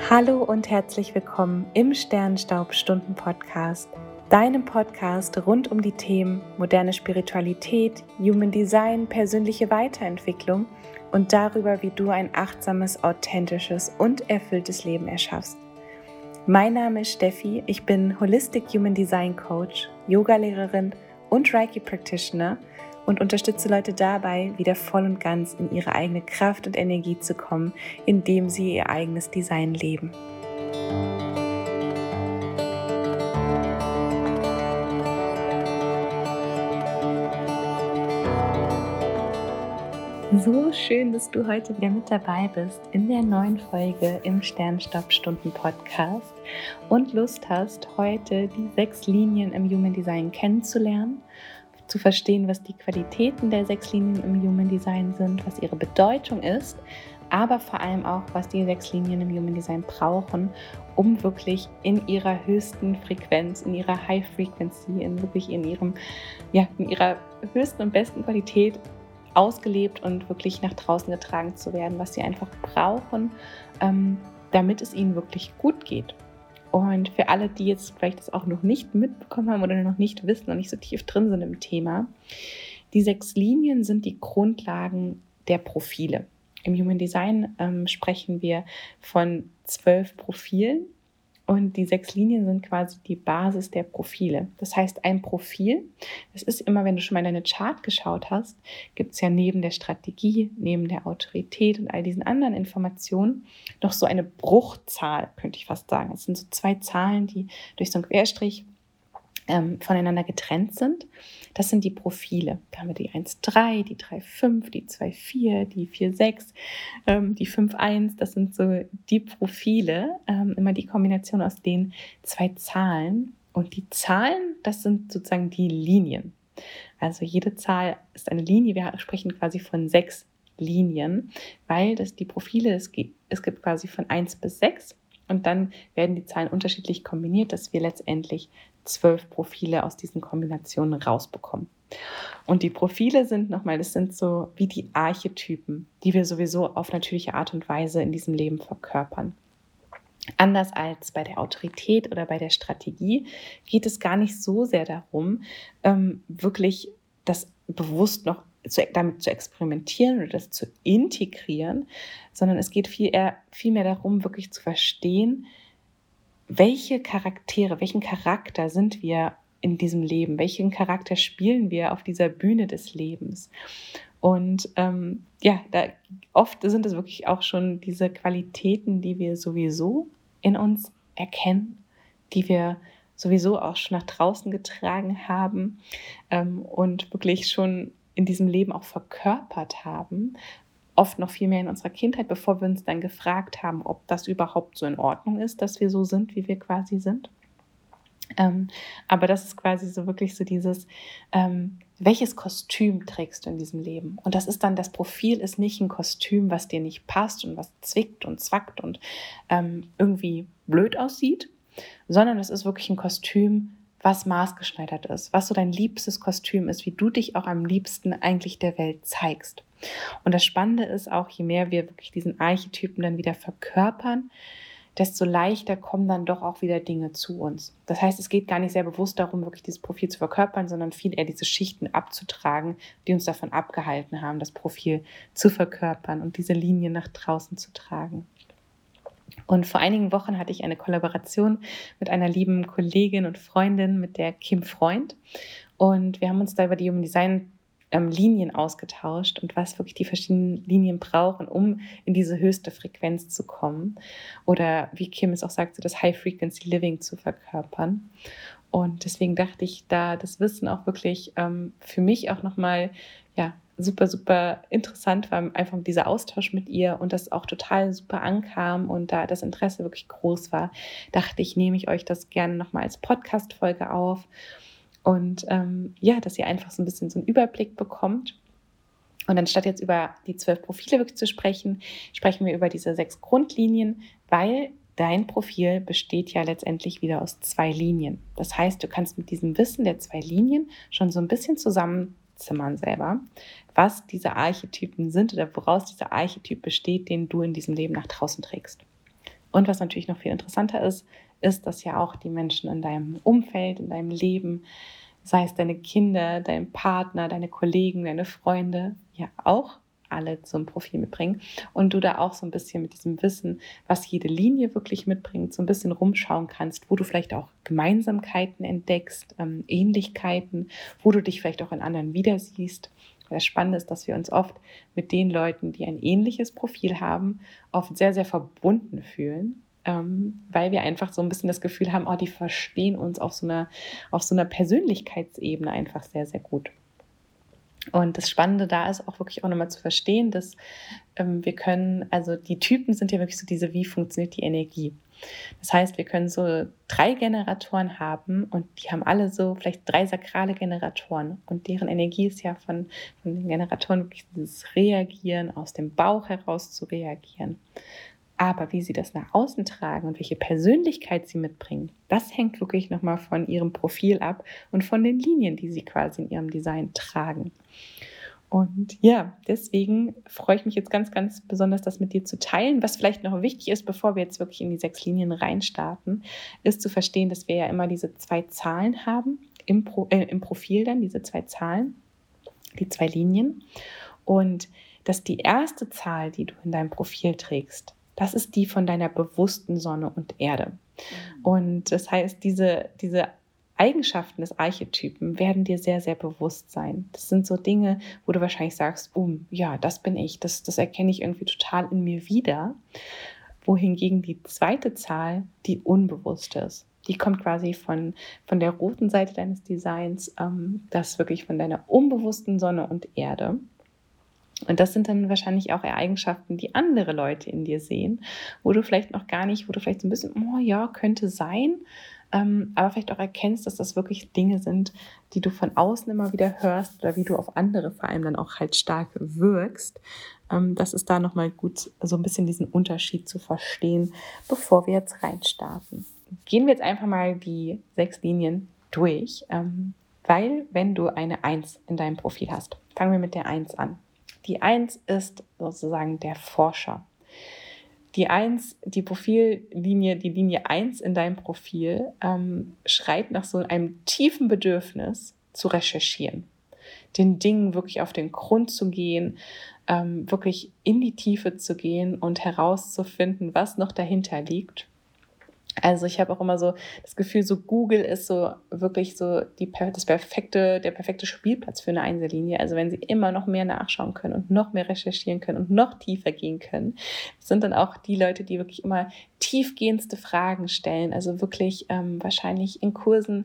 Hallo und herzlich willkommen im Sternenstaub-Stunden-Podcast, deinem Podcast rund um die Themen moderne Spiritualität, Human Design, persönliche Weiterentwicklung und darüber, wie du ein achtsames, authentisches und erfülltes Leben erschaffst. Mein Name ist Steffi, ich bin Holistic Human Design Coach, Yogalehrerin und Reiki Practitioner und unterstütze Leute dabei, wieder voll und ganz in ihre eigene Kraft und Energie zu kommen, indem sie ihr eigenes Design leben. So schön, dass du heute wieder mit dabei bist in der neuen Folge im Sternenstaub-Stunden-Podcast und Lust hast, heute die 6 Linien im Human Design kennenzulernen, zu verstehen, was die Qualitäten der 6 Linien im Human Design sind, was ihre Bedeutung ist, aber vor allem auch, was die 6 Linien im Human Design brauchen, um wirklich in ihrer höchsten Frequenz, in ihrer High Frequency, in ihrer höchsten und besten Qualität ausgelebt und wirklich nach draußen getragen zu werden, was sie einfach brauchen, damit es ihnen wirklich gut geht. Und für alle, die jetzt vielleicht das auch noch nicht mitbekommen haben oder noch nicht wissen und nicht so tief drin sind im Thema, die 6 Linien sind die Grundlagen der Profile. Im Human Design sprechen wir von 12 Profilen und die 6 Linien sind quasi die Basis der Profile. Das heißt, ein Profil, das ist immer, wenn du schon mal in deine Chart geschaut hast, gibt es ja neben der Strategie, neben der Autorität und all diesen anderen Informationen noch so eine Bruchzahl, könnte ich fast sagen. Es sind so 2 Zahlen, die durch so einen Querstrich voneinander getrennt sind. Das sind die Profile. Da haben wir die 1,3, die 3,5, die 2,4, die 4,6, die 5,1. Das sind so die Profile, immer die Kombination aus den 2 Zahlen. Und die Zahlen, das sind sozusagen die Linien. Also jede Zahl ist eine Linie. Wir sprechen quasi von 6 Linien, weil die Profile, es gibt quasi von 1 bis 6. Und dann werden die Zahlen unterschiedlich kombiniert, dass wir letztendlich 12 Profile aus diesen Kombinationen rausbekommen. Und die Profile das sind so wie die Archetypen, die wir sowieso auf natürliche Art und Weise in diesem Leben verkörpern. Anders als bei der Autorität oder bei der Strategie geht es gar nicht so sehr darum, wirklich das bewusst noch damit zu experimentieren oder das zu integrieren, sondern es geht viel mehr darum, wirklich zu verstehen, welchen Charakter sind wir in diesem Leben, welchen Charakter spielen wir auf dieser Bühne des Lebens. Und oft sind es wirklich auch schon diese Qualitäten, die wir sowieso in uns erkennen, die wir sowieso auch schon nach draußen getragen haben und wirklich schon in diesem Leben auch verkörpert haben, oft noch viel mehr in unserer Kindheit, bevor wir uns dann gefragt haben, ob das überhaupt so in Ordnung ist, dass wir so sind, wie wir quasi sind. Aber das ist quasi so wirklich so dieses, welches Kostüm trägst du in diesem Leben? Und das Profil ist nicht ein Kostüm, was dir nicht passt und was zwickt und zwackt und irgendwie blöd aussieht, sondern es ist wirklich ein Kostüm, was maßgeschneidert ist, was so dein liebstes Kostüm ist, wie du dich auch am liebsten eigentlich der Welt zeigst. Und das Spannende ist auch, je mehr wir wirklich diesen Archetypen dann wieder verkörpern, desto leichter kommen dann doch auch wieder Dinge zu uns. Das heißt, es geht gar nicht sehr bewusst darum, wirklich dieses Profil zu verkörpern, sondern viel eher diese Schichten abzutragen, die uns davon abgehalten haben, das Profil zu verkörpern und diese Linie nach draußen zu tragen. Und vor einigen Wochen hatte ich eine Kollaboration mit einer lieben Kollegin und Freundin, mit der Kim Freund. Und wir haben uns da über die Human Design Linien ausgetauscht und was wirklich die verschiedenen Linien brauchen, um in diese höchste Frequenz zu kommen. Oder wie Kim es auch sagt, so das High Frequency Living zu verkörpern. Und deswegen dachte ich, da das Wissen auch wirklich für mich auch nochmal super, super interessant war, einfach dieser Austausch mit ihr und das auch total super ankam und da das Interesse wirklich groß war, dachte ich, nehme ich euch das gerne nochmal als Podcast-Folge auf und dass ihr einfach so ein bisschen so einen Überblick bekommt. Und anstatt jetzt über die 12 Profile wirklich zu sprechen, sprechen wir über diese 6 Grundlinien, weil dein Profil besteht ja letztendlich wieder aus 2 Linien. Das heißt, du kannst mit diesem Wissen der 2 Linien schon so ein bisschen zusammenzimmern selber, was diese Archetypen sind oder woraus dieser Archetyp besteht, den du in diesem Leben nach draußen trägst. Und was natürlich noch viel interessanter ist, dass ja auch die Menschen in deinem Umfeld, in deinem Leben, sei es deine Kinder, dein Partner, deine Kollegen, deine Freunde, ja auch alle zum Profil mitbringen und du da auch so ein bisschen mit diesem Wissen, was jede Linie wirklich mitbringt, so ein bisschen rumschauen kannst, wo du vielleicht auch Gemeinsamkeiten entdeckst, Ähnlichkeiten, wo du dich vielleicht auch in anderen wieder siehst. Das Spannende ist, dass wir uns oft mit den Leuten, die ein ähnliches Profil haben, oft sehr, sehr verbunden fühlen, weil wir einfach so ein bisschen das Gefühl haben, oh, die verstehen uns auf so einer Persönlichkeitsebene einfach sehr, sehr gut. Und das Spannende da ist auch wirklich auch nochmal zu verstehen, dass wir können, also die Typen sind ja wirklich so diese, wie funktioniert die Energie? Das heißt, wir können so 3 Generatoren haben und die haben alle so vielleicht 3 sakrale Generatoren und deren Energie ist ja von den Generatoren wirklich dieses Reagieren, aus dem Bauch heraus zu reagieren. Aber wie sie das nach außen tragen und welche Persönlichkeit sie mitbringen, das hängt wirklich nochmal von ihrem Profil ab und von den Linien, die sie quasi in ihrem Design tragen. Und ja, deswegen freue ich mich jetzt ganz, ganz besonders, das mit dir zu teilen. Was vielleicht noch wichtig ist, bevor wir jetzt wirklich in die 6 Linien reinstarten, ist zu verstehen, dass wir ja immer diese 2 Zahlen haben, im Profil dann, diese 2 Zahlen, die 2 Linien. Und dass die erste Zahl, die du in deinem Profil trägst, das ist die von deiner bewussten Sonne und Erde. Und das heißt, diese Eigenschaften des Archetypen werden dir sehr, sehr bewusst sein. Das sind so Dinge, wo du wahrscheinlich sagst, ja, das bin ich, das erkenne ich irgendwie total in mir wieder. Wohingegen die zweite Zahl die unbewusste ist. Die kommt quasi von der roten Seite deines Designs, das wirklich von deiner unbewussten Sonne und Erde. Und das sind dann wahrscheinlich auch Eigenschaften, die andere Leute in dir sehen, wo du vielleicht noch gar nicht, wo du vielleicht so ein bisschen, oh ja, könnte sein, aber vielleicht auch erkennst, dass das wirklich Dinge sind, die du von außen immer wieder hörst oder wie du auf andere vor allem dann auch halt stark wirkst. Das ist da nochmal gut, so ein bisschen diesen Unterschied zu verstehen, bevor wir jetzt reinstarten. Gehen wir jetzt einfach mal die 6 Linien durch, weil wenn du eine 1 in deinem Profil hast, fangen wir mit der 1 an. Die 1 ist sozusagen der Forscher. Die 1, die Profillinie, die Linie 1 in deinem Profil schreit nach so einem tiefen Bedürfnis zu recherchieren, den Dingen wirklich auf den Grund zu gehen, wirklich in die Tiefe zu gehen und herauszufinden, was noch dahinter liegt. Also ich habe auch immer so das Gefühl, so Google ist so wirklich so der perfekte Spielplatz für eine Einzellinie. Also wenn sie immer noch mehr nachschauen können und noch mehr recherchieren können und noch tiefer gehen können, das sind dann auch die Leute, die wirklich immer tiefgehendste Fragen stellen. Also wirklich wahrscheinlich in Kursen,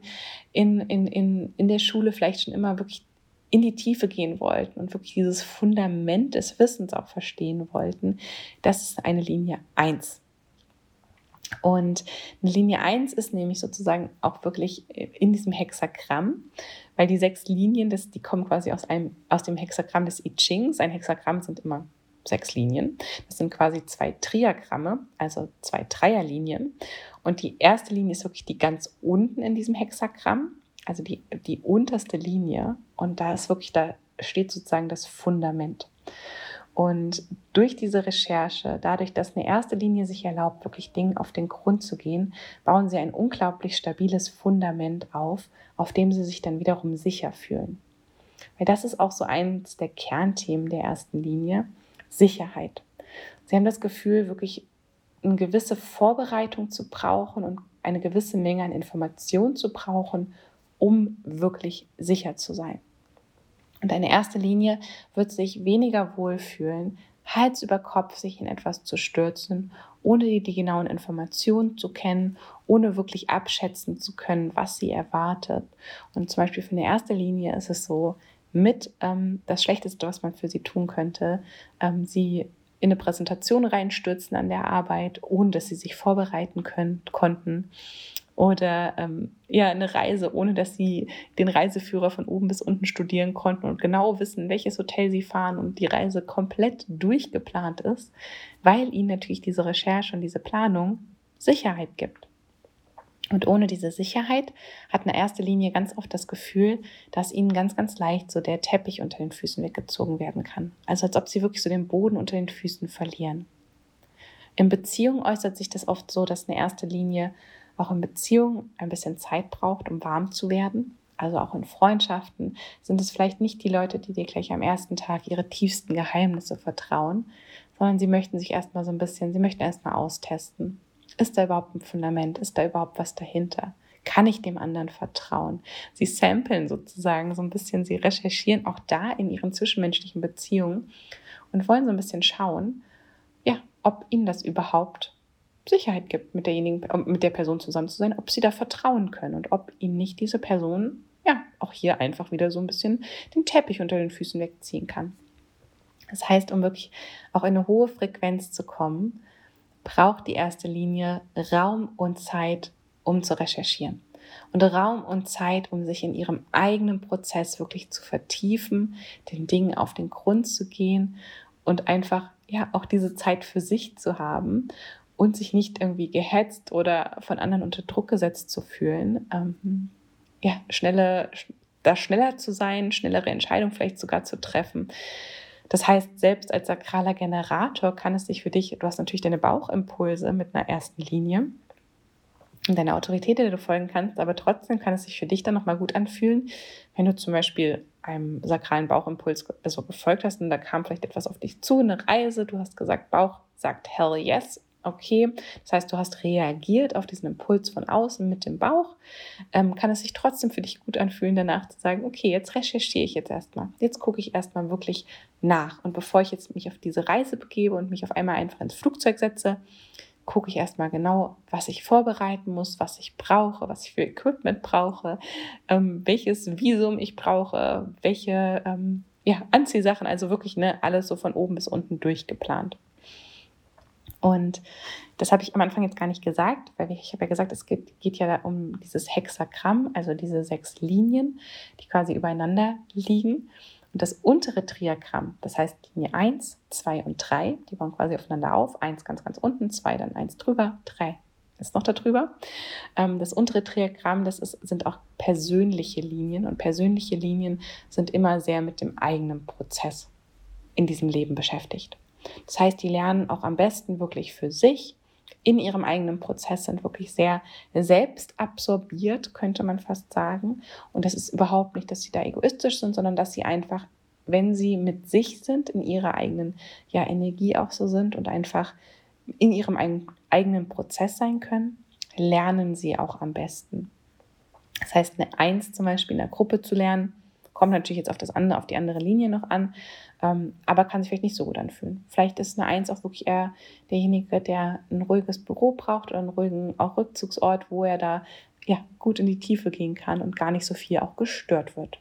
in der Schule vielleicht schon immer wirklich in die Tiefe gehen wollten und wirklich dieses Fundament des Wissens auch verstehen wollten. Das ist eine Linie 1. Und eine Linie 1 ist nämlich sozusagen auch wirklich in diesem Hexagramm, weil die 6 Linien, die kommen quasi aus dem Hexagramm des I Chings. Ein Hexagramm sind immer 6 Linien. Das sind quasi 2 Triagramme, also 2 Dreierlinien. Und die erste Linie ist wirklich die ganz unten in diesem Hexagramm, also die unterste Linie. Und da steht sozusagen das Fundament. Und durch diese Recherche, dadurch, dass eine erste Linie sich erlaubt, wirklich Dingen auf den Grund zu gehen, bauen sie ein unglaublich stabiles Fundament auf dem sie sich dann wiederum sicher fühlen. Weil das ist auch so eins der Kernthemen der ersten Linie, Sicherheit. Sie haben das Gefühl, wirklich eine gewisse Vorbereitung zu brauchen und eine gewisse Menge an Informationen zu brauchen, um wirklich sicher zu sein. Und eine erste Linie wird sich weniger wohlfühlen, Hals über Kopf sich in etwas zu stürzen, ohne die genauen Informationen zu kennen, ohne wirklich abschätzen zu können, was sie erwartet. Und zum Beispiel für eine erste Linie ist es so, das Schlechteste, was man für sie tun könnte, sie in eine Präsentation reinstürzen an der Arbeit, ohne dass sie sich vorbereiten konnten. Oder eine Reise, ohne dass sie den Reiseführer von oben bis unten studieren konnten und genau wissen, welches Hotel sie fahren und die Reise komplett durchgeplant ist, weil ihnen natürlich diese Recherche und diese Planung Sicherheit gibt. Und ohne diese Sicherheit hat eine erste Linie ganz oft das Gefühl, dass ihnen ganz, ganz leicht so der Teppich unter den Füßen weggezogen werden kann. Also als ob sie wirklich so den Boden unter den Füßen verlieren. In Beziehungen äußert sich das oft so, dass eine erste Linie auch in Beziehungen ein bisschen Zeit braucht, um warm zu werden. Also auch in Freundschaften sind es vielleicht nicht die Leute, die dir gleich am ersten Tag ihre tiefsten Geheimnisse vertrauen, sondern sie möchten erstmal austesten. Ist da überhaupt ein Fundament? Ist da überhaupt was dahinter? Kann ich dem anderen vertrauen? Sie samplen sozusagen so ein bisschen, sie recherchieren auch da in ihren zwischenmenschlichen Beziehungen und wollen so ein bisschen schauen, ja, ob ihnen das überhaupt Sicherheit gibt, mit der Person zusammen zu sein, ob sie da vertrauen können und ob ihnen nicht diese Person, ja, auch hier einfach wieder so ein bisschen den Teppich unter den Füßen wegziehen kann. Das heißt, um wirklich auch in eine hohe Frequenz zu kommen, braucht die erste Linie Raum und Zeit, um zu recherchieren. Und Raum und Zeit, um sich in ihrem eigenen Prozess wirklich zu vertiefen, den Dingen auf den Grund zu gehen und einfach ja auch diese Zeit für sich zu haben und sich nicht irgendwie gehetzt oder von anderen unter Druck gesetzt zu fühlen. Schneller zu sein, schnellere Entscheidungen vielleicht sogar zu treffen. Das heißt, selbst als sakraler Generator kann es sich für dich, du hast natürlich deine Bauchimpulse mit einer ersten Linie und deine Autorität, der du folgen kannst, aber trotzdem kann es sich für dich dann nochmal gut anfühlen, wenn du zum Beispiel einem sakralen Bauchimpuls gefolgt hast und da kam vielleicht etwas auf dich zu, eine Reise, du hast gesagt, Bauch sagt hell yes, okay, das heißt, du hast reagiert auf diesen Impuls von außen mit dem Bauch, kann es sich trotzdem für dich gut anfühlen, danach zu sagen, okay, jetzt recherchiere ich jetzt erstmal, jetzt gucke ich erstmal wirklich nach und bevor ich jetzt mich auf diese Reise begebe und mich auf einmal einfach ins Flugzeug setze, gucke ich erstmal genau, was ich vorbereiten muss, was ich brauche, was ich für Equipment brauche, welches Visum ich brauche, welche Anziehsachen, also wirklich alles so von oben bis unten durchgeplant. Und das habe ich am Anfang jetzt gar nicht gesagt, weil ich habe ja gesagt, es geht ja um dieses Hexagramm, also diese 6 Linien, die quasi übereinander liegen. Und das untere Triagramm, das heißt Linie 1, 2 und 3, die bauen quasi aufeinander auf. 1 ganz, ganz unten, 2 dann 1 drüber, 3 ist noch da drüber. Das untere Triagramm, sind auch persönliche Linien. Und persönliche Linien sind immer sehr mit dem eigenen Prozess in diesem Leben beschäftigt. Das heißt, die lernen auch am besten wirklich für sich, in ihrem eigenen Prozess, sind wirklich sehr selbstabsorbiert, könnte man fast sagen. Und das ist überhaupt nicht, dass sie da egoistisch sind, sondern dass sie einfach, wenn sie mit sich sind, in ihrer eigenen Energie auch so sind und einfach in ihrem eigenen Prozess sein können, lernen sie auch am besten. Das heißt, eine 1 zum Beispiel in der Gruppe zu lernen, kommt natürlich jetzt auf die andere Linie noch an, aber kann sich vielleicht nicht so gut anfühlen. Vielleicht ist eine 1 auch wirklich eher derjenige, der ein ruhiges Büro braucht oder einen ruhigen auch Rückzugsort, wo er da gut in die Tiefe gehen kann und gar nicht so viel auch gestört wird.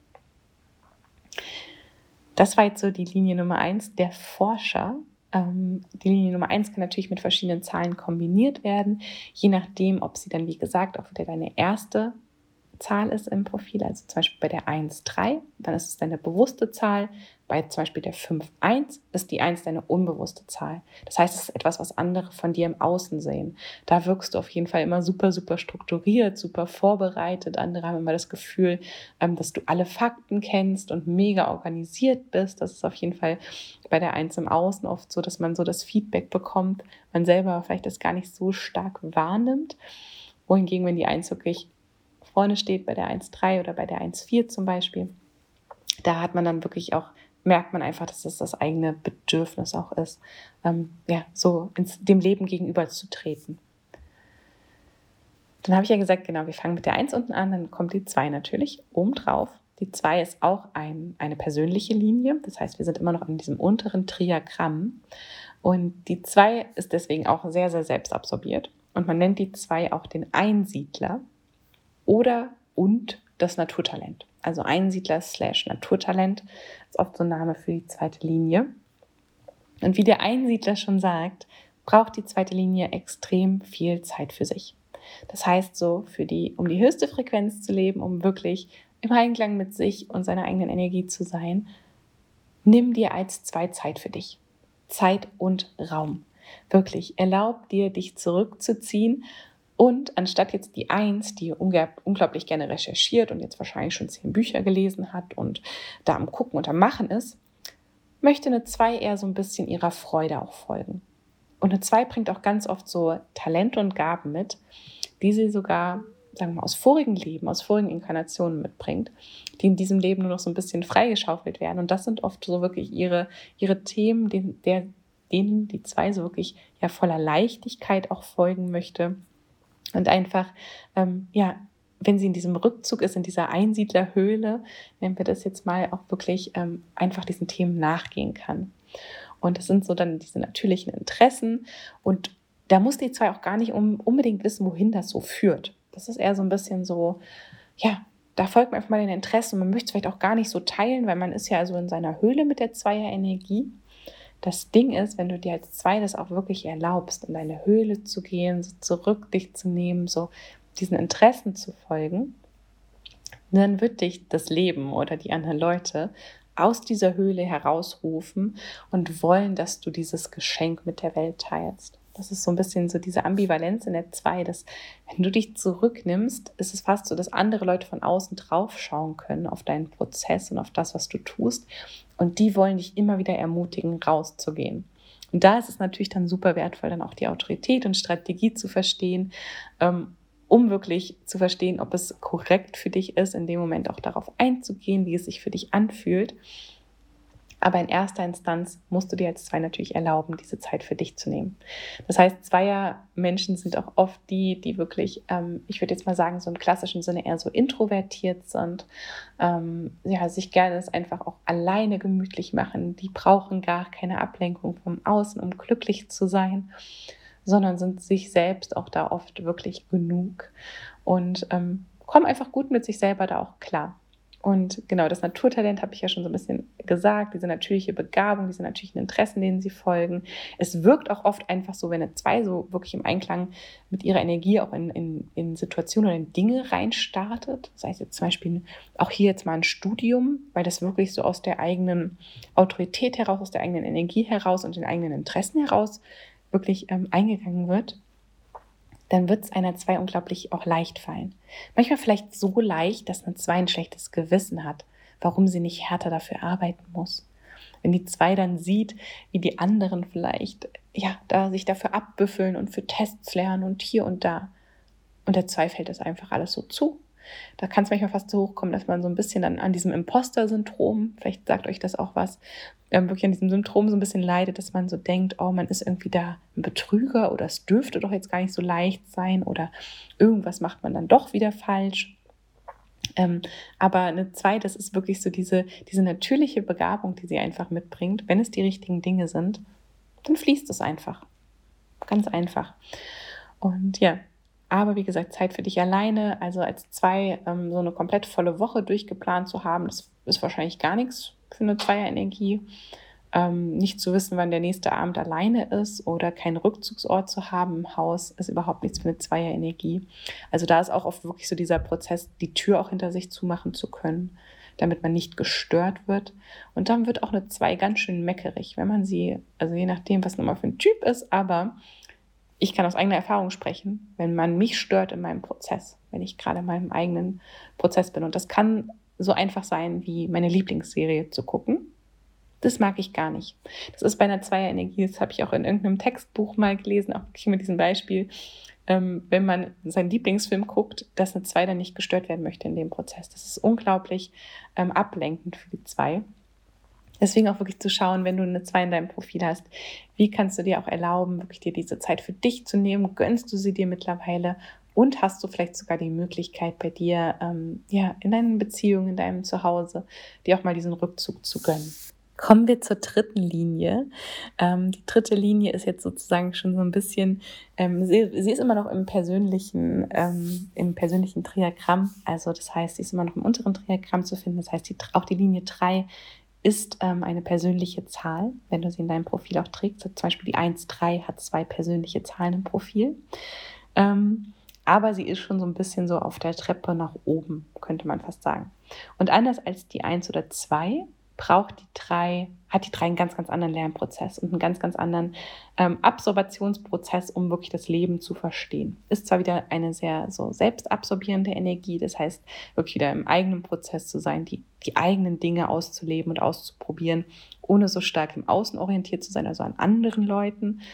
Das war jetzt so die Linie Nummer 1, der Forscher. Die Linie Nummer 1 kann natürlich mit verschiedenen Zahlen kombiniert werden, je nachdem, ob sie dann, wie gesagt, auch wieder deine erste Zahl ist im Profil, also zum Beispiel bei der 1,3, dann ist es deine bewusste Zahl, bei zum Beispiel der 5,1 ist die 1 deine unbewusste Zahl. Das heißt, es ist etwas, was andere von dir im Außen sehen. Da wirkst du auf jeden Fall immer super, super strukturiert, super vorbereitet. Andere haben immer das Gefühl, dass du alle Fakten kennst und mega organisiert bist. Das ist auf jeden Fall bei der 1 im Außen oft so, dass man so das Feedback bekommt, man selber vielleicht das gar nicht so stark wahrnimmt. Wohingegen, wenn die 1 wirklich vorne steht, bei der 1,3 oder bei der 1,4 zum Beispiel, da hat man dann wirklich auch, merkt man einfach, dass es das eigene Bedürfnis auch ist, so dem Leben gegenüber zu treten. Dann habe ich ja gesagt, genau, wir fangen mit der 1 unten an, dann kommt die 2 natürlich obendrauf. Die 2 ist auch eine persönliche Linie, das heißt, wir sind immer noch in diesem unteren Triagramm und die 2 ist deswegen auch sehr, sehr selbstabsorbiert und man nennt die 2 auch den Einsiedler und das Naturtalent. Also Einsiedler / Naturtalent ist oft so ein Name für die zweite Linie. Und wie der Einsiedler schon sagt, braucht die zweite Linie extrem viel Zeit für sich. Das heißt so, um die höchste Frequenz zu leben, um wirklich im Einklang mit sich und seiner eigenen Energie zu sein, nimm dir als 2 Zeit für dich. Zeit und Raum. Wirklich, erlaub dir, dich zurückzuziehen. Und anstatt jetzt die 1, die unglaublich gerne recherchiert und jetzt wahrscheinlich schon 10 Bücher gelesen hat und da am Gucken und am Machen ist, möchte eine 2 eher so ein bisschen ihrer Freude auch folgen. Und eine 2 bringt auch ganz oft so Talente und Gaben mit, die sie sogar, sagen wir mal, aus vorigen Leben, aus vorigen Inkarnationen mitbringt, die in diesem Leben nur noch so ein bisschen freigeschaufelt werden. Und das sind oft so wirklich ihre Themen, denen die 2 so wirklich ja voller Leichtigkeit auch folgen möchte. Und einfach, wenn sie in diesem Rückzug ist, in dieser Einsiedlerhöhle, nennen wir das jetzt mal, auch wirklich einfach diesen Themen nachgehen kann. Und das sind so dann diese natürlichen Interessen. Und da muss die 2 auch gar nicht unbedingt wissen, wohin das so führt. Das ist eher so ein bisschen so, ja, da folgt man einfach mal den Interessen. Und man möchte es vielleicht auch gar nicht so teilen, weil man ist ja also in seiner Höhle mit der 2er-Energie. Das Ding ist, wenn du dir als 2 das auch wirklich erlaubst, in deine Höhle zu gehen, so zurück dich zu nehmen, so diesen Interessen zu folgen, dann wird dich das Leben oder die anderen Leute aus dieser Höhle herausrufen und wollen, dass du dieses Geschenk mit der Welt teilst. Das ist so ein bisschen so diese Ambivalenz in der 2, dass wenn du dich zurücknimmst, ist es fast so, dass andere Leute von außen drauf schauen können auf deinen Prozess und auf das, was du tust. Und die wollen dich immer wieder ermutigen, rauszugehen. Und da ist es natürlich dann super wertvoll, dann auch die Autorität und Strategie zu verstehen, um wirklich zu verstehen, ob es korrekt für dich ist, in dem Moment auch darauf einzugehen, wie es sich für dich anfühlt. Aber in erster Instanz musst du dir als 2 natürlich erlauben, diese Zeit für dich zu nehmen. Das heißt, 2er-Menschen sind auch oft die wirklich, ich würde jetzt mal sagen, so im klassischen Sinne eher so introvertiert sind, sich gerne es einfach auch alleine gemütlich machen. Die brauchen gar keine Ablenkung vom Außen, um glücklich zu sein, sondern sind sich selbst auch da oft wirklich genug und kommen einfach gut mit sich selber da auch klar. Und genau, das Naturtalent habe ich ja schon so ein bisschen gesagt, diese natürliche Begabung, diese natürlichen Interessen, denen sie folgen. Es wirkt auch oft einfach so, wenn eine 2 so wirklich im Einklang mit ihrer Energie auch in Situationen oder in Dinge reinstartet. Das heißt jetzt zum Beispiel auch hier jetzt mal ein Studium, weil das wirklich so aus der eigenen Autorität heraus, aus der eigenen Energie heraus und den eigenen Interessen heraus wirklich eingegangen wird, dann wird es einer 2 unglaublich auch leicht fallen. Manchmal vielleicht so leicht, dass eine 2 ein schlechtes Gewissen hat, warum sie nicht härter dafür arbeiten muss. Wenn die 2 dann sieht, wie die anderen vielleicht da sich dafür abbüffeln und für Tests lernen und hier und da. Und der 2 fällt das einfach alles so zu. Da kann es manchmal fast so hochkommen, dass man so ein bisschen dann an diesem Imposter-Syndrom, vielleicht sagt euch das auch was, wirklich an diesem Syndrom so ein bisschen leidet, dass man so denkt, oh, man ist irgendwie da ein Betrüger oder es dürfte doch jetzt gar nicht so leicht sein oder irgendwas macht man dann doch wieder falsch. Aber eine 2, das ist wirklich so diese natürliche Begabung, die sie einfach mitbringt. Wenn es die richtigen Dinge sind, dann fließt es einfach. Ganz einfach. Und ja, aber wie gesagt, Zeit für dich alleine, also als 2 so eine komplett volle Woche durchgeplant zu haben, das ist wahrscheinlich gar nichts für eine 2er-Energie. Nicht zu wissen, wann der nächste Abend alleine ist oder keinen Rückzugsort zu haben im Haus, ist überhaupt nichts für eine 2er-Energie. Also da ist auch oft wirklich so dieser Prozess, die Tür auch hinter sich zumachen zu können, damit man nicht gestört wird. Und dann wird auch eine 2 ganz schön meckerig, wenn man sie, also je nachdem, was nochmal für ein Typ ist, aber ich kann aus eigener Erfahrung sprechen, wenn man mich stört in meinem Prozess, wenn ich gerade in meinem eigenen Prozess bin. Und das kann so einfach sein, wie meine Lieblingsserie zu gucken. Das mag ich gar nicht. Das ist bei einer 2er-Energie, das habe ich auch in irgendeinem Textbuch mal gelesen, auch wirklich mit diesem Beispiel, wenn man seinen Lieblingsfilm guckt, dass eine 2 dann nicht gestört werden möchte in dem Prozess. Das ist unglaublich ablenkend für die 2. Deswegen auch wirklich zu schauen, wenn du eine 2 in deinem Profil hast, wie kannst du dir auch erlauben, wirklich dir diese Zeit für dich zu nehmen? Gönnst du sie dir mittlerweile? Und hast du vielleicht sogar die Möglichkeit bei dir, in deinen Beziehungen, in deinem Zuhause, dir auch mal diesen Rückzug zu gönnen? Kommen wir zur dritten Linie. Die dritte Linie ist jetzt sozusagen schon so ein bisschen, sie ist immer noch im persönlichen Triagramm. Also das heißt, sie ist immer noch im unteren Triagramm zu finden. Das heißt, auch die Linie 3 ist eine persönliche Zahl, wenn du sie in deinem Profil auch trägst. Zum Beispiel die 1,3 hat 2 persönliche Zahlen im Profil. Aber sie ist schon so ein bisschen so auf der Treppe nach oben, könnte man fast sagen. Und anders als die 1 oder 2 hat die 3 einen ganz, ganz anderen Lernprozess und einen ganz, ganz anderen Absorbationsprozess, um wirklich das Leben zu verstehen. Ist zwar wieder eine sehr so selbstabsorbierende Energie, das heißt, wirklich wieder im eigenen Prozess zu sein, die eigenen Dinge auszuleben und auszuprobieren, ohne so stark im Außen orientiert zu sein, also an anderen Leuten.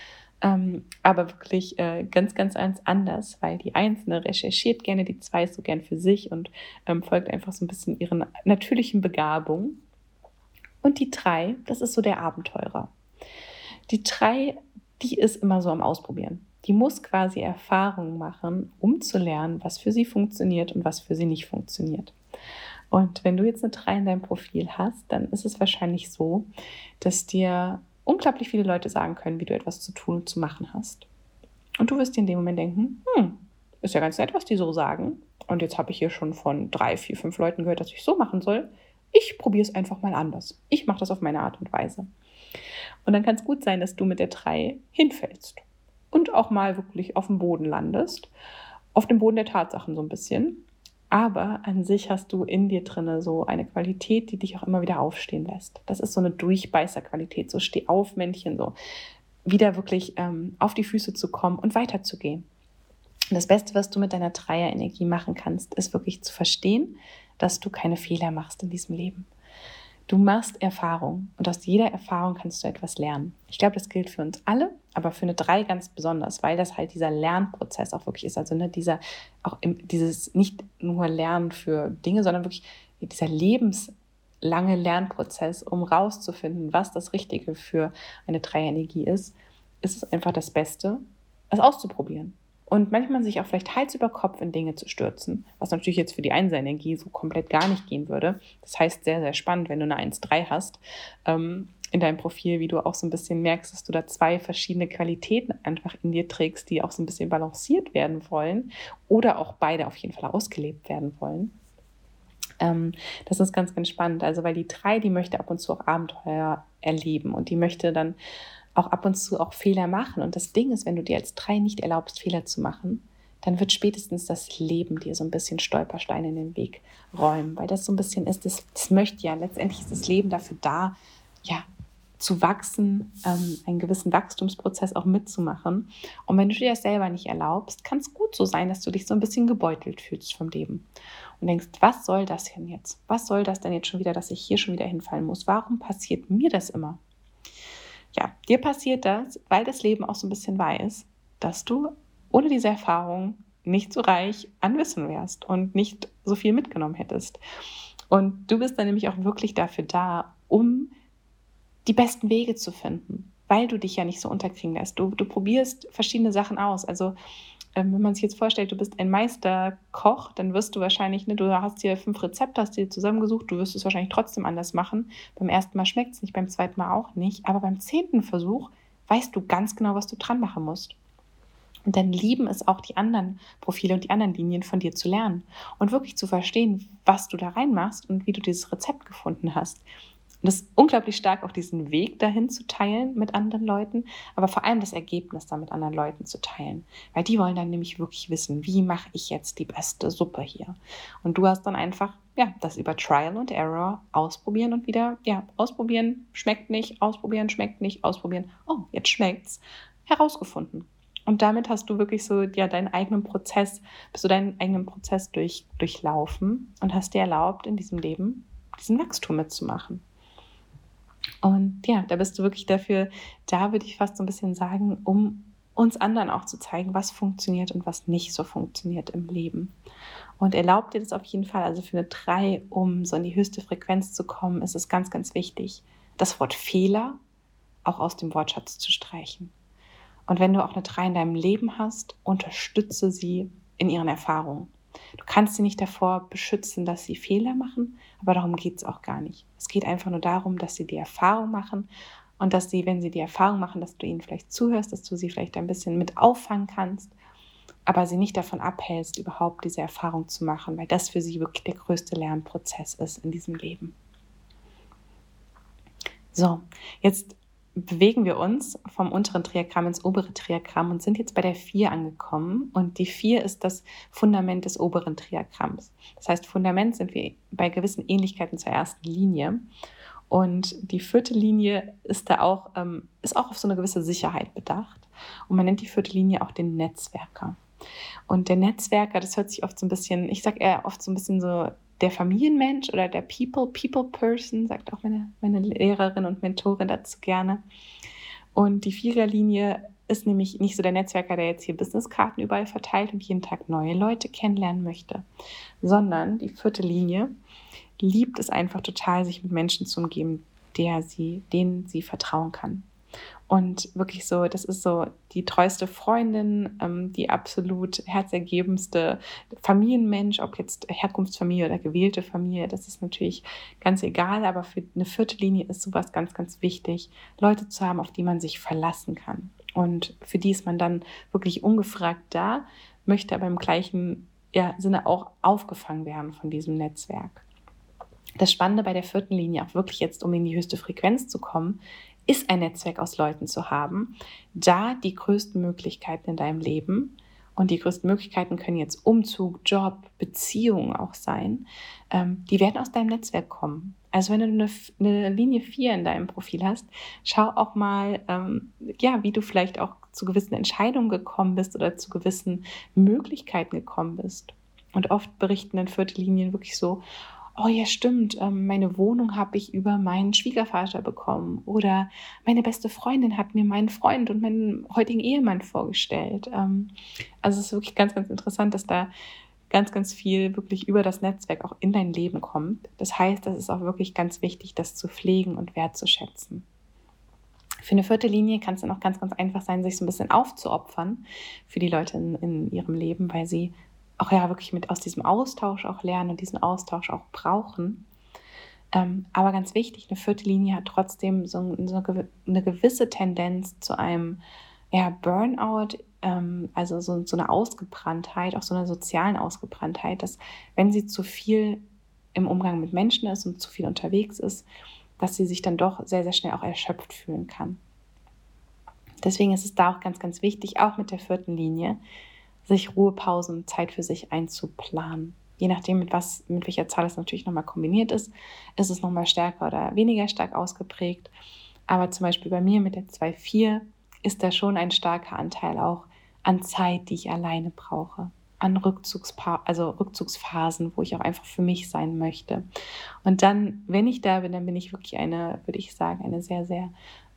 Aber wirklich ganz, ganz anders, weil die Einzelne recherchiert gerne, die Zwei ist so gern für sich und folgt einfach so ein bisschen ihren natürlichen Begabungen. Und die Drei, das ist so der Abenteurer. Die Drei, die ist immer so am Ausprobieren. Die muss quasi Erfahrungen machen, um zu lernen, was für sie funktioniert und was für sie nicht funktioniert. Und wenn du jetzt eine 3 in deinem Profil hast, dann ist es wahrscheinlich so, dass dir unglaublich viele Leute sagen können, wie du etwas zu tun und zu machen hast. Und du wirst dir in dem Moment denken, ist ja ganz nett, was die so sagen. Und jetzt habe ich hier schon von 3, 4, 5 Leuten gehört, dass ich so machen soll. Ich probiere es einfach mal anders. Ich mache das auf meine Art und Weise. Und dann kann es gut sein, dass du mit der 3 hinfällst und auch mal wirklich auf dem Boden landest, auf dem Boden der Tatsachen so ein bisschen. Aber an sich hast du in dir drinne so eine Qualität, die dich auch immer wieder aufstehen lässt. Das ist so eine Durchbeißerqualität, so Steh-auf-Männchen, so wieder wirklich auf die Füße zu kommen und weiterzugehen. Und das Beste, was du mit deiner Dreier-Energie machen kannst, ist wirklich zu verstehen, dass du keine Fehler machst in diesem Leben. Du machst Erfahrung und aus jeder Erfahrung kannst du etwas lernen. Ich glaube, das gilt für uns alle, aber für eine 3 ganz besonders, weil das halt dieser Lernprozess auch wirklich ist. Also dieses nicht nur Lernen für Dinge, sondern wirklich dieser lebenslange Lernprozess, um rauszufinden, was das Richtige für eine 3-Energie ist es einfach das Beste, es auszuprobieren. Und manchmal sich auch vielleicht Hals über Kopf in Dinge zu stürzen, was natürlich jetzt für die 1er-Energie so komplett gar nicht gehen würde. Das heißt, sehr, sehr spannend, wenn du eine 1-3 hast in deinem Profil, wie du auch so ein bisschen merkst, dass du da 2 verschiedene Qualitäten einfach in dir trägst, die auch so ein bisschen balanciert werden wollen oder auch beide auf jeden Fall ausgelebt werden wollen. Das ist ganz, ganz spannend. Also weil die 3, die möchte ab und zu auch Abenteuer erleben und die möchte dann auch ab und zu auch Fehler machen. Und das Ding ist, wenn du dir als 3 nicht erlaubst, Fehler zu machen, dann wird spätestens das Leben dir so ein bisschen Stolpersteine in den Weg räumen. Weil das so ein bisschen ist, das möchte ja, letztendlich ist das Leben dafür da, ja, zu wachsen, einen gewissen Wachstumsprozess auch mitzumachen. Und wenn du dir das selber nicht erlaubst, kann es gut so sein, dass du dich so ein bisschen gebeutelt fühlst vom Leben. Und denkst, was soll das denn jetzt? Was soll das denn jetzt schon wieder, dass ich hier schon wieder hinfallen muss? Warum passiert mir das immer? Ja, dir passiert das, weil das Leben auch so ein bisschen weiß, dass du ohne diese Erfahrung nicht so reich an Wissen wärst und nicht so viel mitgenommen hättest. Und du bist dann nämlich auch wirklich dafür da, um die besten Wege zu finden, weil du dich ja nicht so unterkriegen lässt. Du probierst verschiedene Sachen aus. Also wenn man sich jetzt vorstellt, du bist ein Meisterkoch, dann wirst du wahrscheinlich, du hast dir 5 Rezepte, hast dir zusammengesucht, du wirst es wahrscheinlich trotzdem anders machen. Beim ersten Mal schmeckt es nicht, beim zweiten Mal auch nicht, aber beim 10. Versuch weißt du ganz genau, was du dran machen musst. Und dann lieben es auch die anderen Profile und die anderen Linien von dir zu lernen und wirklich zu verstehen, was du da reinmachst und wie du dieses Rezept gefunden hast. Und das ist unglaublich stark, auch diesen Weg dahin zu teilen mit anderen Leuten, aber vor allem das Ergebnis dann mit anderen Leuten zu teilen. Weil die wollen dann nämlich wirklich wissen, wie mache ich jetzt die beste Suppe hier? Und du hast dann einfach, das über Trial and Error ausprobieren und wieder, ausprobieren, schmeckt nicht, ausprobieren, schmeckt nicht, ausprobieren, oh, jetzt schmeckt's, herausgefunden. Und damit hast du wirklich so, deinen eigenen Prozess, durchlaufen und hast dir erlaubt, in diesem Leben diesen Wachstum mitzumachen. Und da bist du wirklich dafür, da würde ich fast so ein bisschen sagen, um uns anderen auch zu zeigen, was funktioniert und was nicht so funktioniert im Leben. Und erlaubt dir das auf jeden Fall, also für eine 3, um so in die höchste Frequenz zu kommen, ist es ganz, ganz wichtig, das Wort Fehler auch aus dem Wortschatz zu streichen. Und wenn du auch eine 3 in deinem Leben hast, unterstütze sie in ihren Erfahrungen. Du kannst sie nicht davor beschützen, dass sie Fehler machen, aber darum geht es auch gar nicht. Es geht einfach nur darum, dass sie die Erfahrung machen und dass sie, wenn sie die Erfahrung machen, dass du ihnen vielleicht zuhörst, dass du sie vielleicht ein bisschen mit auffangen kannst, aber sie nicht davon abhältst, überhaupt diese Erfahrung zu machen, weil das für sie wirklich der größte Lernprozess ist in diesem Leben. So, jetzt bewegen wir uns vom unteren Triagramm ins obere Triagramm und sind jetzt bei der 4 angekommen. Und die 4 ist das Fundament des oberen Triagramms. Das heißt, Fundament sind wir bei gewissen Ähnlichkeiten zur ersten Linie. Und die 4. Linie ist da auch, ist auch auf so eine gewisse Sicherheit bedacht. Und man nennt die 4. Linie auch den Netzwerker. Und der Netzwerker, das hört sich oft so ein bisschen, ich sage eher oft so ein bisschen so, der Familienmensch oder der People-Person, sagt auch meine Lehrerin und Mentorin dazu gerne. Und die 4er-Linie ist nämlich nicht so der Netzwerker, der jetzt hier Businesskarten überall verteilt und jeden Tag neue Leute kennenlernen möchte, sondern die 4. Linie liebt es einfach total, sich mit Menschen zu umgeben, denen sie vertrauen kann. Und wirklich so, das ist so die treueste Freundin, die absolut herzergebenste Familienmensch, ob jetzt Herkunftsfamilie oder gewählte Familie, das ist natürlich ganz egal, aber für eine 4. Linie ist sowas ganz, ganz wichtig, Leute zu haben, auf die man sich verlassen kann. Und für die ist man dann wirklich ungefragt da, möchte aber im gleichen Sinne auch aufgefangen werden von diesem Netzwerk. Das Spannende bei der 4. Linie, auch wirklich jetzt, um in die höchste Frequenz zu kommen, ist ein Netzwerk aus Leuten zu haben, da die größten Möglichkeiten in deinem Leben, und die größten Möglichkeiten können jetzt Umzug, Job, Beziehungen auch sein, die werden aus deinem Netzwerk kommen. Also wenn du eine Linie 4 in deinem Profil hast, schau auch mal, wie du vielleicht auch zu gewissen Entscheidungen gekommen bist oder zu gewissen Möglichkeiten gekommen bist. Und oft berichten dann 4. Linien wirklich so: Oh ja, stimmt, meine Wohnung habe ich über meinen Schwiegervater bekommen, oder meine beste Freundin hat mir meinen Freund und meinen heutigen Ehemann vorgestellt. Also es ist wirklich ganz, ganz interessant, dass da ganz, ganz viel wirklich über das Netzwerk auch in dein Leben kommt. Das heißt, das ist auch wirklich ganz wichtig, das zu pflegen und wertzuschätzen. Für eine 4. Linie kann es dann auch ganz, ganz einfach sein, sich so ein bisschen aufzuopfern für die Leute in ihrem Leben, weil sie auch wirklich mit aus diesem Austausch auch lernen und diesen Austausch auch brauchen. Aber ganz wichtig, eine 4. Linie hat trotzdem so eine gewisse Tendenz zu einem Burnout, also so eine Ausgebranntheit, auch so einer sozialen Ausgebranntheit, dass wenn sie zu viel im Umgang mit Menschen ist und zu viel unterwegs ist, dass sie sich dann doch sehr, sehr schnell auch erschöpft fühlen kann. Deswegen ist es da auch ganz, ganz wichtig, auch mit der 4. Linie, sich Ruhepausen und Zeit für sich einzuplanen. Je nachdem, mit welcher Zahl es natürlich nochmal kombiniert ist es nochmal stärker oder weniger stark ausgeprägt. Aber zum Beispiel bei mir mit der 2-4 ist da schon ein starker Anteil auch an Zeit, die ich alleine brauche, an Rückzugsphasen, wo ich auch einfach für mich sein möchte. Und dann, wenn ich da bin, dann bin ich wirklich würde ich sagen, eine sehr, sehr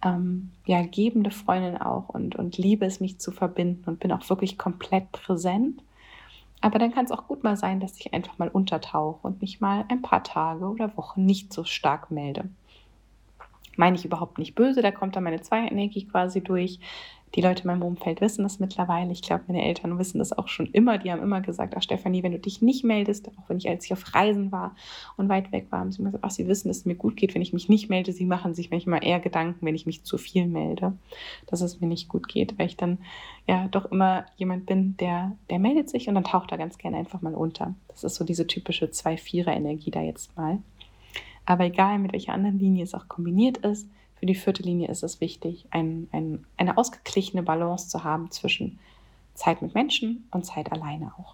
gebende Freundin auch und liebe es, mich zu verbinden und bin auch wirklich komplett präsent. Aber dann kann es auch gut mal sein, dass ich einfach mal untertauche und mich mal ein paar Tage oder Wochen nicht so stark melde. Meine ich überhaupt nicht böse, da kommt dann meine 2-Energie quasi durch. Die Leute in meinem Umfeld wissen das mittlerweile. Ich glaube, meine Eltern wissen das auch schon immer. Die haben immer gesagt: Ach Stefanie, wenn du dich nicht meldest, auch als ich auf Reisen war und weit weg war, haben sie mir gesagt: Ach, sie wissen, dass es mir gut geht, wenn ich mich nicht melde. Sie machen sich manchmal eher Gedanken, wenn ich mich zu viel melde, dass es mir nicht gut geht, weil ich dann doch immer jemand bin, der meldet sich und dann taucht er ganz gerne einfach mal unter. Das ist so diese typische 2-4er-Energie da jetzt mal. Aber egal, mit welcher anderen Linie es auch kombiniert ist, für die 4. Linie ist es wichtig, eine ausgeglichene Balance zu haben zwischen Zeit mit Menschen und Zeit alleine auch.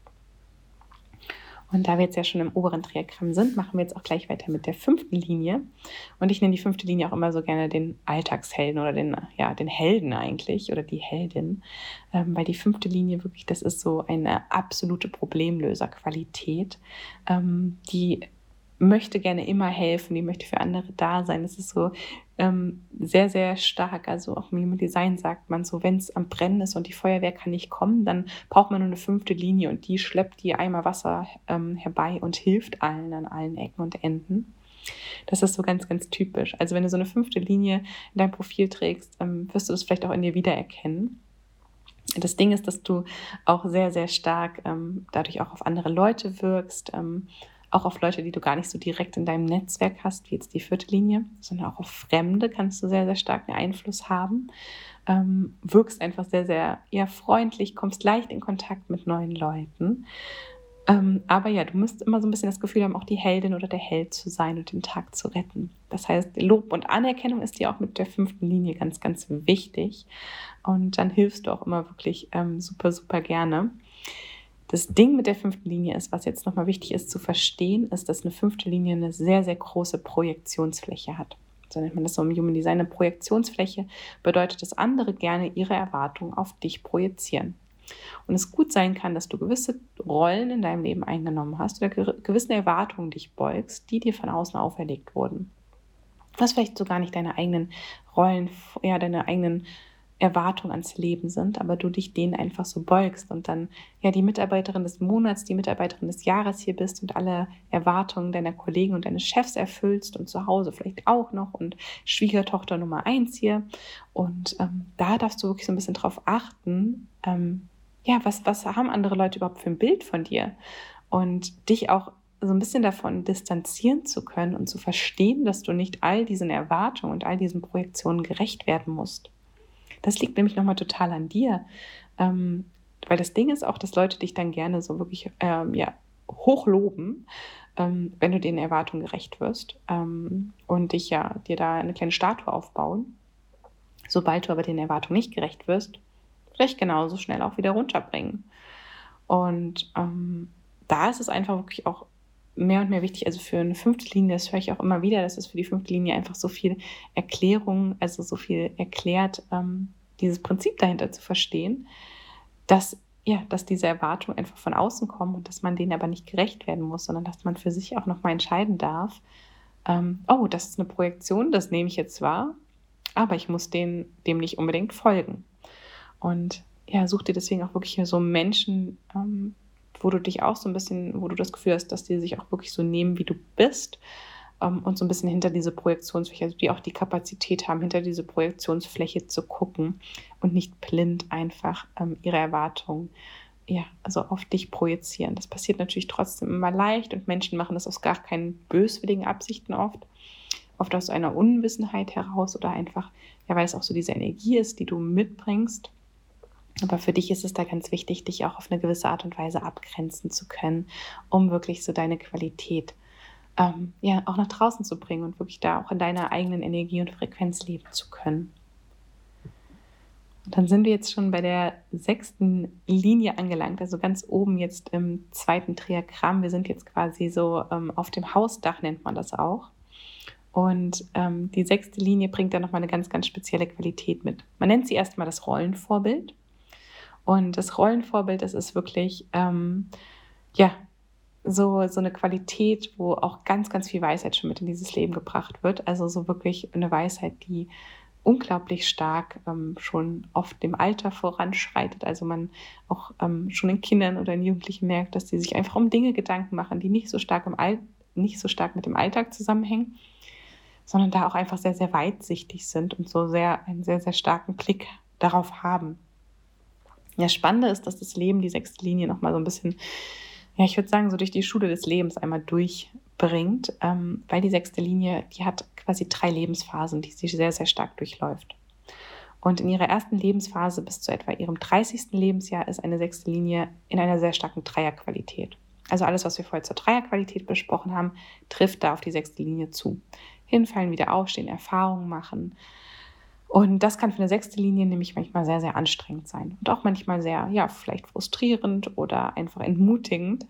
Und da wir jetzt ja schon im oberen Triagramm sind, machen wir jetzt auch gleich weiter mit der 5. Linie. Und ich nenne die 5. Linie auch immer so gerne den Alltagshelden oder den Helden eigentlich oder die Heldin. Weil die 5. Linie wirklich, das ist so eine absolute Problemlöserqualität, die möchte gerne immer helfen, die möchte für andere da sein. Das ist so sehr, sehr stark. Also auch im Human Design sagt man so, wenn es am Brennen ist und die Feuerwehr kann nicht kommen, dann braucht man nur eine 5. Linie und die schleppt die Eimer Wasser herbei und hilft allen an allen Ecken und Enden. Das ist so ganz, ganz typisch. Also wenn du so eine 5. Linie in deinem Profil trägst, wirst du das vielleicht auch in dir wiedererkennen. Das Ding ist, dass du auch sehr, sehr stark dadurch auch auf andere Leute wirkst, auch auf Leute, die du gar nicht so direkt in deinem Netzwerk hast, wie jetzt die 4. Linie, sondern auch auf Fremde kannst du sehr, sehr starken Einfluss haben. Wirkst einfach sehr, sehr freundlich, kommst leicht in Kontakt mit neuen Leuten. Aber du musst immer so ein bisschen das Gefühl haben, auch die Heldin oder der Held zu sein und den Tag zu retten. Das heißt, Lob und Anerkennung ist dir auch mit der 5. Linie ganz, ganz wichtig. Und dann hilfst du auch immer wirklich super, super gerne. Das Ding mit der 5. Linie ist, was jetzt nochmal wichtig ist zu verstehen, ist, dass eine 5. Linie eine sehr, sehr große Projektionsfläche hat. So nennt man das so im Human Design. Eine Projektionsfläche bedeutet, dass andere gerne ihre Erwartungen auf dich projizieren. Und es gut sein kann, dass du gewisse Rollen in deinem Leben eingenommen hast oder gewissen Erwartungen dich beugst, die dir von außen auferlegt wurden. Was vielleicht so gar nicht deine eigenen Rollen, deine eigenen Erwartungen ans Leben sind, aber du dich denen einfach so beugst und dann ja die Mitarbeiterin des Monats, die Mitarbeiterin des Jahres hier bist und alle Erwartungen deiner Kollegen und deines Chefs erfüllst und zu Hause vielleicht auch noch und Schwiegertochter Nummer 1 hier. Und da darfst du wirklich so ein bisschen drauf achten, ja, was haben andere Leute überhaupt für ein Bild von dir? Und dich auch so ein bisschen davon distanzieren zu können und zu verstehen, dass du nicht all diesen Erwartungen und all diesen Projektionen gerecht werden musst. Das liegt nämlich nochmal total an dir, weil das Ding ist auch, dass Leute dich dann gerne so wirklich hochloben, wenn du den Erwartungen gerecht wirst und dir da eine kleine Statue aufbauen. Sobald du aber den Erwartungen nicht gerecht wirst, vielleicht genauso schnell auch wieder runterbringen. Und da ist es einfach wirklich auch mehr und mehr wichtig, also für eine 5. Linie, das höre ich auch immer wieder, dass es für die 5. Linie einfach so viel Erklärung, also so viel erklärt, dieses Prinzip dahinter zu verstehen, dass diese Erwartungen einfach von außen kommen und dass man denen aber nicht gerecht werden muss, sondern dass man für sich auch nochmal entscheiden darf, das ist eine Projektion, das nehme ich jetzt wahr, aber ich muss dem nicht unbedingt folgen. Und ja, such dir deswegen auch wirklich so Menschen, wo du dich auch so ein bisschen, wo du das Gefühl hast, dass die sich auch wirklich so nehmen, wie du bist und so ein bisschen hinter diese Projektionsfläche, also die auch die Kapazität haben, hinter diese Projektionsfläche zu gucken und nicht blind einfach ihre Erwartungen also auf dich projizieren. Das passiert natürlich trotzdem immer leicht und Menschen machen das aus gar keinen böswilligen Absichten oft aus einer Unwissenheit heraus oder einfach, weil es auch so diese Energie ist, die du mitbringst. Aber für dich ist es da ganz wichtig, dich auch auf eine gewisse Art und Weise abgrenzen zu können, um wirklich so deine Qualität auch nach draußen zu bringen und wirklich da auch in deiner eigenen Energie und Frequenz leben zu können. Und dann sind wir jetzt schon bei der 6. Linie angelangt, also ganz oben jetzt im 2. Triagramm. Wir sind jetzt quasi so auf dem Hausdach, nennt man das auch. Und die 6. Linie bringt da nochmal eine ganz, ganz spezielle Qualität mit. Man nennt sie erstmal das Rollenvorbild. Und das Rollenvorbild, das ist wirklich so eine Qualität, wo auch ganz, ganz viel Weisheit schon mit in dieses Leben gebracht wird. Also so wirklich eine Weisheit, die unglaublich stark schon oft dem Alter voranschreitet. Also man auch schon in Kindern oder in Jugendlichen merkt, dass die sich einfach um Dinge Gedanken machen, die nicht so stark mit dem Alltag zusammenhängen, sondern da auch einfach sehr, sehr weitsichtig sind und so einen sehr, sehr starken Blick darauf haben. Ja, Spannende ist, dass das Leben die 6. Linie nochmal so ein bisschen, ich würde sagen, so durch die Schule des Lebens einmal durchbringt, weil die 6. Linie, die hat quasi 3 Lebensphasen, die sie sehr, sehr stark durchläuft. Und in ihrer ersten Lebensphase bis zu etwa ihrem 30. Lebensjahr ist eine 6. Linie in einer sehr starken Dreierqualität. Also alles, was wir vorher zur Dreierqualität besprochen haben, trifft da auf die 6. Linie zu. Hinfallen, wieder aufstehen, Erfahrungen machen. Und das kann für eine 6. Linie nämlich manchmal sehr, sehr anstrengend sein. Und auch manchmal sehr, vielleicht frustrierend oder einfach entmutigend.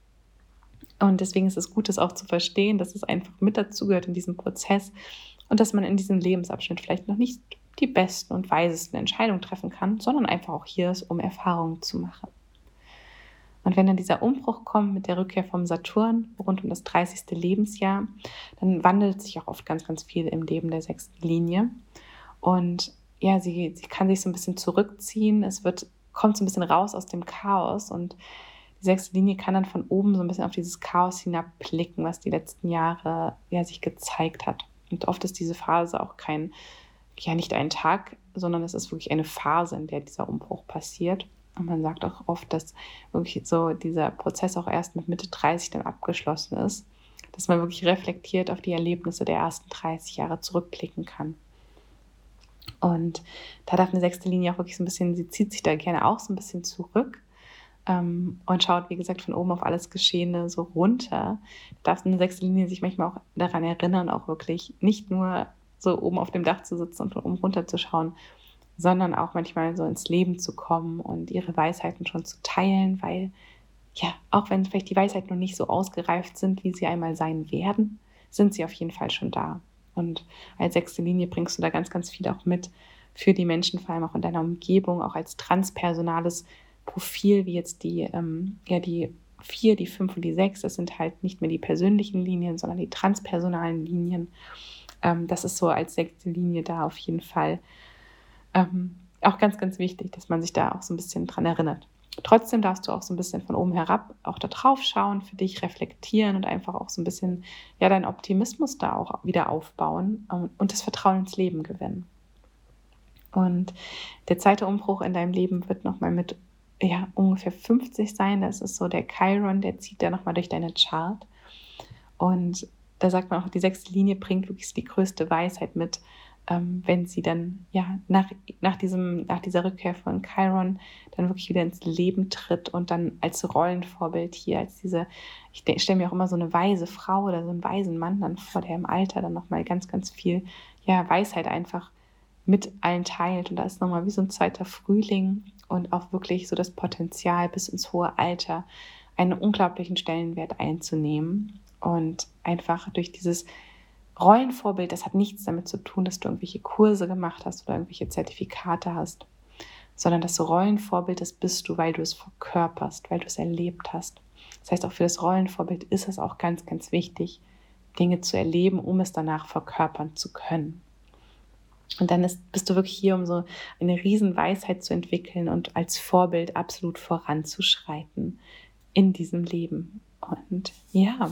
Und deswegen ist es gut, das auch zu verstehen, dass es einfach mit dazugehört in diesem Prozess und dass man in diesem Lebensabschnitt vielleicht noch nicht die besten und weisesten Entscheidungen treffen kann, sondern einfach auch hier ist, um Erfahrungen zu machen. Und wenn dann dieser Umbruch kommt mit der Rückkehr vom Saturn rund um das 30. Lebensjahr, dann wandelt sich auch oft ganz, ganz viel im Leben der 6. Linie. Und sie kann sich so ein bisschen zurückziehen, kommt so ein bisschen raus aus dem Chaos und die 6. Linie kann dann von oben so ein bisschen auf dieses Chaos hinabblicken, was die letzten Jahre sich gezeigt hat. Und oft ist diese Phase auch nicht ein Tag, sondern es ist wirklich eine Phase, in der dieser Umbruch passiert. Und man sagt auch oft, dass wirklich so dieser Prozess auch erst mit Mitte 30 dann abgeschlossen ist, dass man wirklich reflektiert auf die Erlebnisse der ersten 30 Jahre zurückblicken kann. Und da darf eine 6. Linie auch wirklich so ein bisschen, sie zieht sich da gerne auch so ein bisschen zurück und schaut, wie gesagt, von oben auf alles Geschehene so runter. Da darf eine 6. Linie sich manchmal auch daran erinnern, auch wirklich nicht nur so oben auf dem Dach zu sitzen und von oben runter zu schauen, sondern auch manchmal so ins Leben zu kommen und ihre Weisheiten schon zu teilen, weil auch wenn vielleicht die Weisheiten noch nicht so ausgereift sind, wie sie einmal sein werden, sind sie auf jeden Fall schon da. Und als 6. Linie bringst du da ganz, ganz viel auch mit für die Menschen, vor allem auch in deiner Umgebung, auch als transpersonales Profil, wie jetzt die 4, die 5 und die 6. Das sind halt nicht mehr die persönlichen Linien, sondern die transpersonalen Linien. Das ist so als 6. Linie da auf jeden Fall auch ganz, ganz wichtig, dass man sich da auch so ein bisschen dran erinnert. Trotzdem darfst du auch so ein bisschen von oben herab auch da drauf schauen, für dich reflektieren und einfach auch so ein bisschen, ja, deinen Optimismus da auch wieder aufbauen, und das Vertrauen ins Leben gewinnen. Und der zweite Umbruch in deinem Leben wird nochmal mit, ja, ungefähr 50 sein. Das ist so der Chiron, der zieht da nochmal durch deine Chart. Und da sagt man auch, die 6. Linie bringt wirklich die größte Weisheit mit, wenn sie dann nach dieser Rückkehr von Chiron dann wirklich wieder ins Leben tritt und dann als Rollenvorbild hier, ich stelle mir auch immer so eine weise Frau oder so einen weisen Mann dann vor, der im Alter dann nochmal ganz, ganz viel Weisheit einfach mit allen teilt. Und da ist nochmal wie so ein zweiter Frühling und auch wirklich so das Potenzial, bis ins hohe Alter einen unglaublichen Stellenwert einzunehmen. Und einfach durch dieses Rollenvorbild, das hat nichts damit zu tun, dass du irgendwelche Kurse gemacht hast oder irgendwelche Zertifikate hast, sondern das Rollenvorbild, das bist du, weil du es verkörperst, weil du es erlebt hast. Das heißt, auch für das Rollenvorbild ist es auch ganz, ganz wichtig, Dinge zu erleben, um es danach verkörpern zu können. Und dann bist du wirklich hier, um so eine Riesenweisheit zu entwickeln und als Vorbild absolut voranzuschreiten in diesem Leben. Und ja,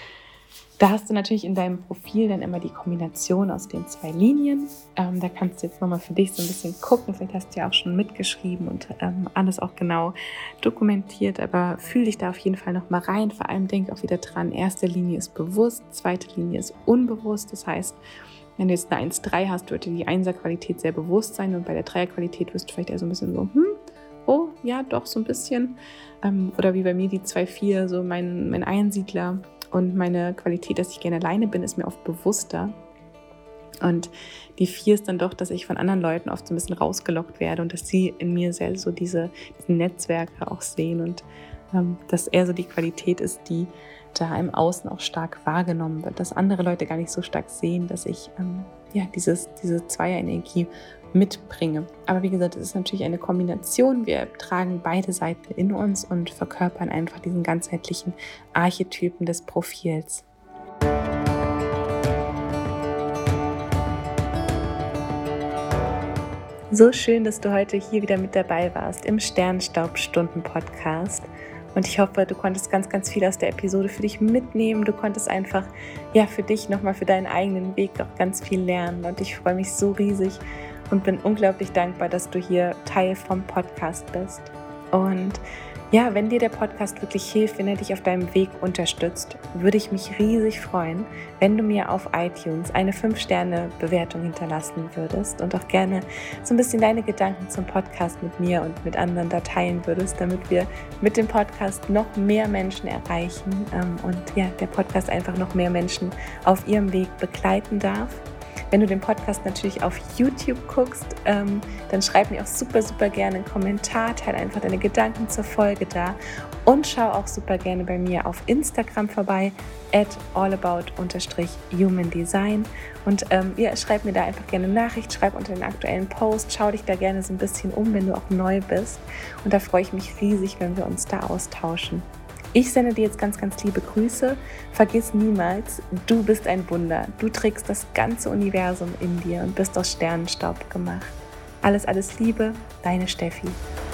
da hast du natürlich in deinem Profil dann immer die Kombination aus den 2 Linien. Da kannst du jetzt nochmal für dich so ein bisschen gucken. Vielleicht hast du ja auch schon mitgeschrieben und alles auch genau dokumentiert. Aber fühl dich da auf jeden Fall nochmal rein. Vor allem denk auch wieder dran, 1. Linie ist bewusst, 2. Linie ist unbewusst. Das heißt, wenn du jetzt eine 1,3 hast, wird dir die 1er-Qualität sehr bewusst sein. Und bei der 3er-Qualität wirst du vielleicht eher so ein bisschen so, oh, ja, doch, so ein bisschen. Oder wie bei mir die 2,4, so mein Einsiedler. Und meine Qualität, dass ich gerne alleine bin, ist mir oft bewusster. Und die 4 ist dann doch, dass ich von anderen Leuten oft so ein bisschen rausgelockt werde und dass sie in mir sehr so diese Netzwerke auch sehen und dass eher so die Qualität ist, die da im Außen auch stark wahrgenommen wird, dass andere Leute gar nicht so stark sehen, dass ich diese 2er-Energie mitbringe. Aber wie gesagt, es ist natürlich eine Kombination. Wir tragen beide Seiten in uns und verkörpern einfach diesen ganzheitlichen Archetypen des Profils. So schön, dass du heute hier wieder mit dabei warst im Sternstaub-Stunden-Podcast. Und ich hoffe, du konntest ganz, ganz viel aus der Episode für dich mitnehmen. Du konntest einfach für dich nochmal für deinen eigenen Weg auch ganz viel lernen. Und ich freue mich so riesig und bin unglaublich dankbar, dass du hier Teil vom Podcast bist. Und wenn dir der Podcast wirklich hilft, wenn er dich auf deinem Weg unterstützt, würde ich mich riesig freuen, wenn du mir auf iTunes eine 5-Sterne-Bewertung hinterlassen würdest und auch gerne so ein bisschen deine Gedanken zum Podcast mit mir und mit anderen da teilen würdest, damit wir mit dem Podcast noch mehr Menschen erreichen und der Podcast einfach noch mehr Menschen auf ihrem Weg begleiten darf. Wenn du den Podcast natürlich auf YouTube guckst, dann schreib mir auch super, super gerne einen Kommentar, teile einfach deine Gedanken zur Folge da und schau auch super gerne bei mir auf Instagram vorbei, @allabout_humandesign und schreib mir da einfach gerne eine Nachricht, schreib unter den aktuellen Post, schau dich da gerne so ein bisschen um, wenn du auch neu bist und da freue ich mich riesig, wenn wir uns da austauschen. Ich sende dir jetzt ganz, ganz liebe Grüße. Vergiss niemals, du bist ein Wunder. Du trägst das ganze Universum in dir und bist aus Sternenstaub gemacht. Alles, alles Liebe, deine Steffi.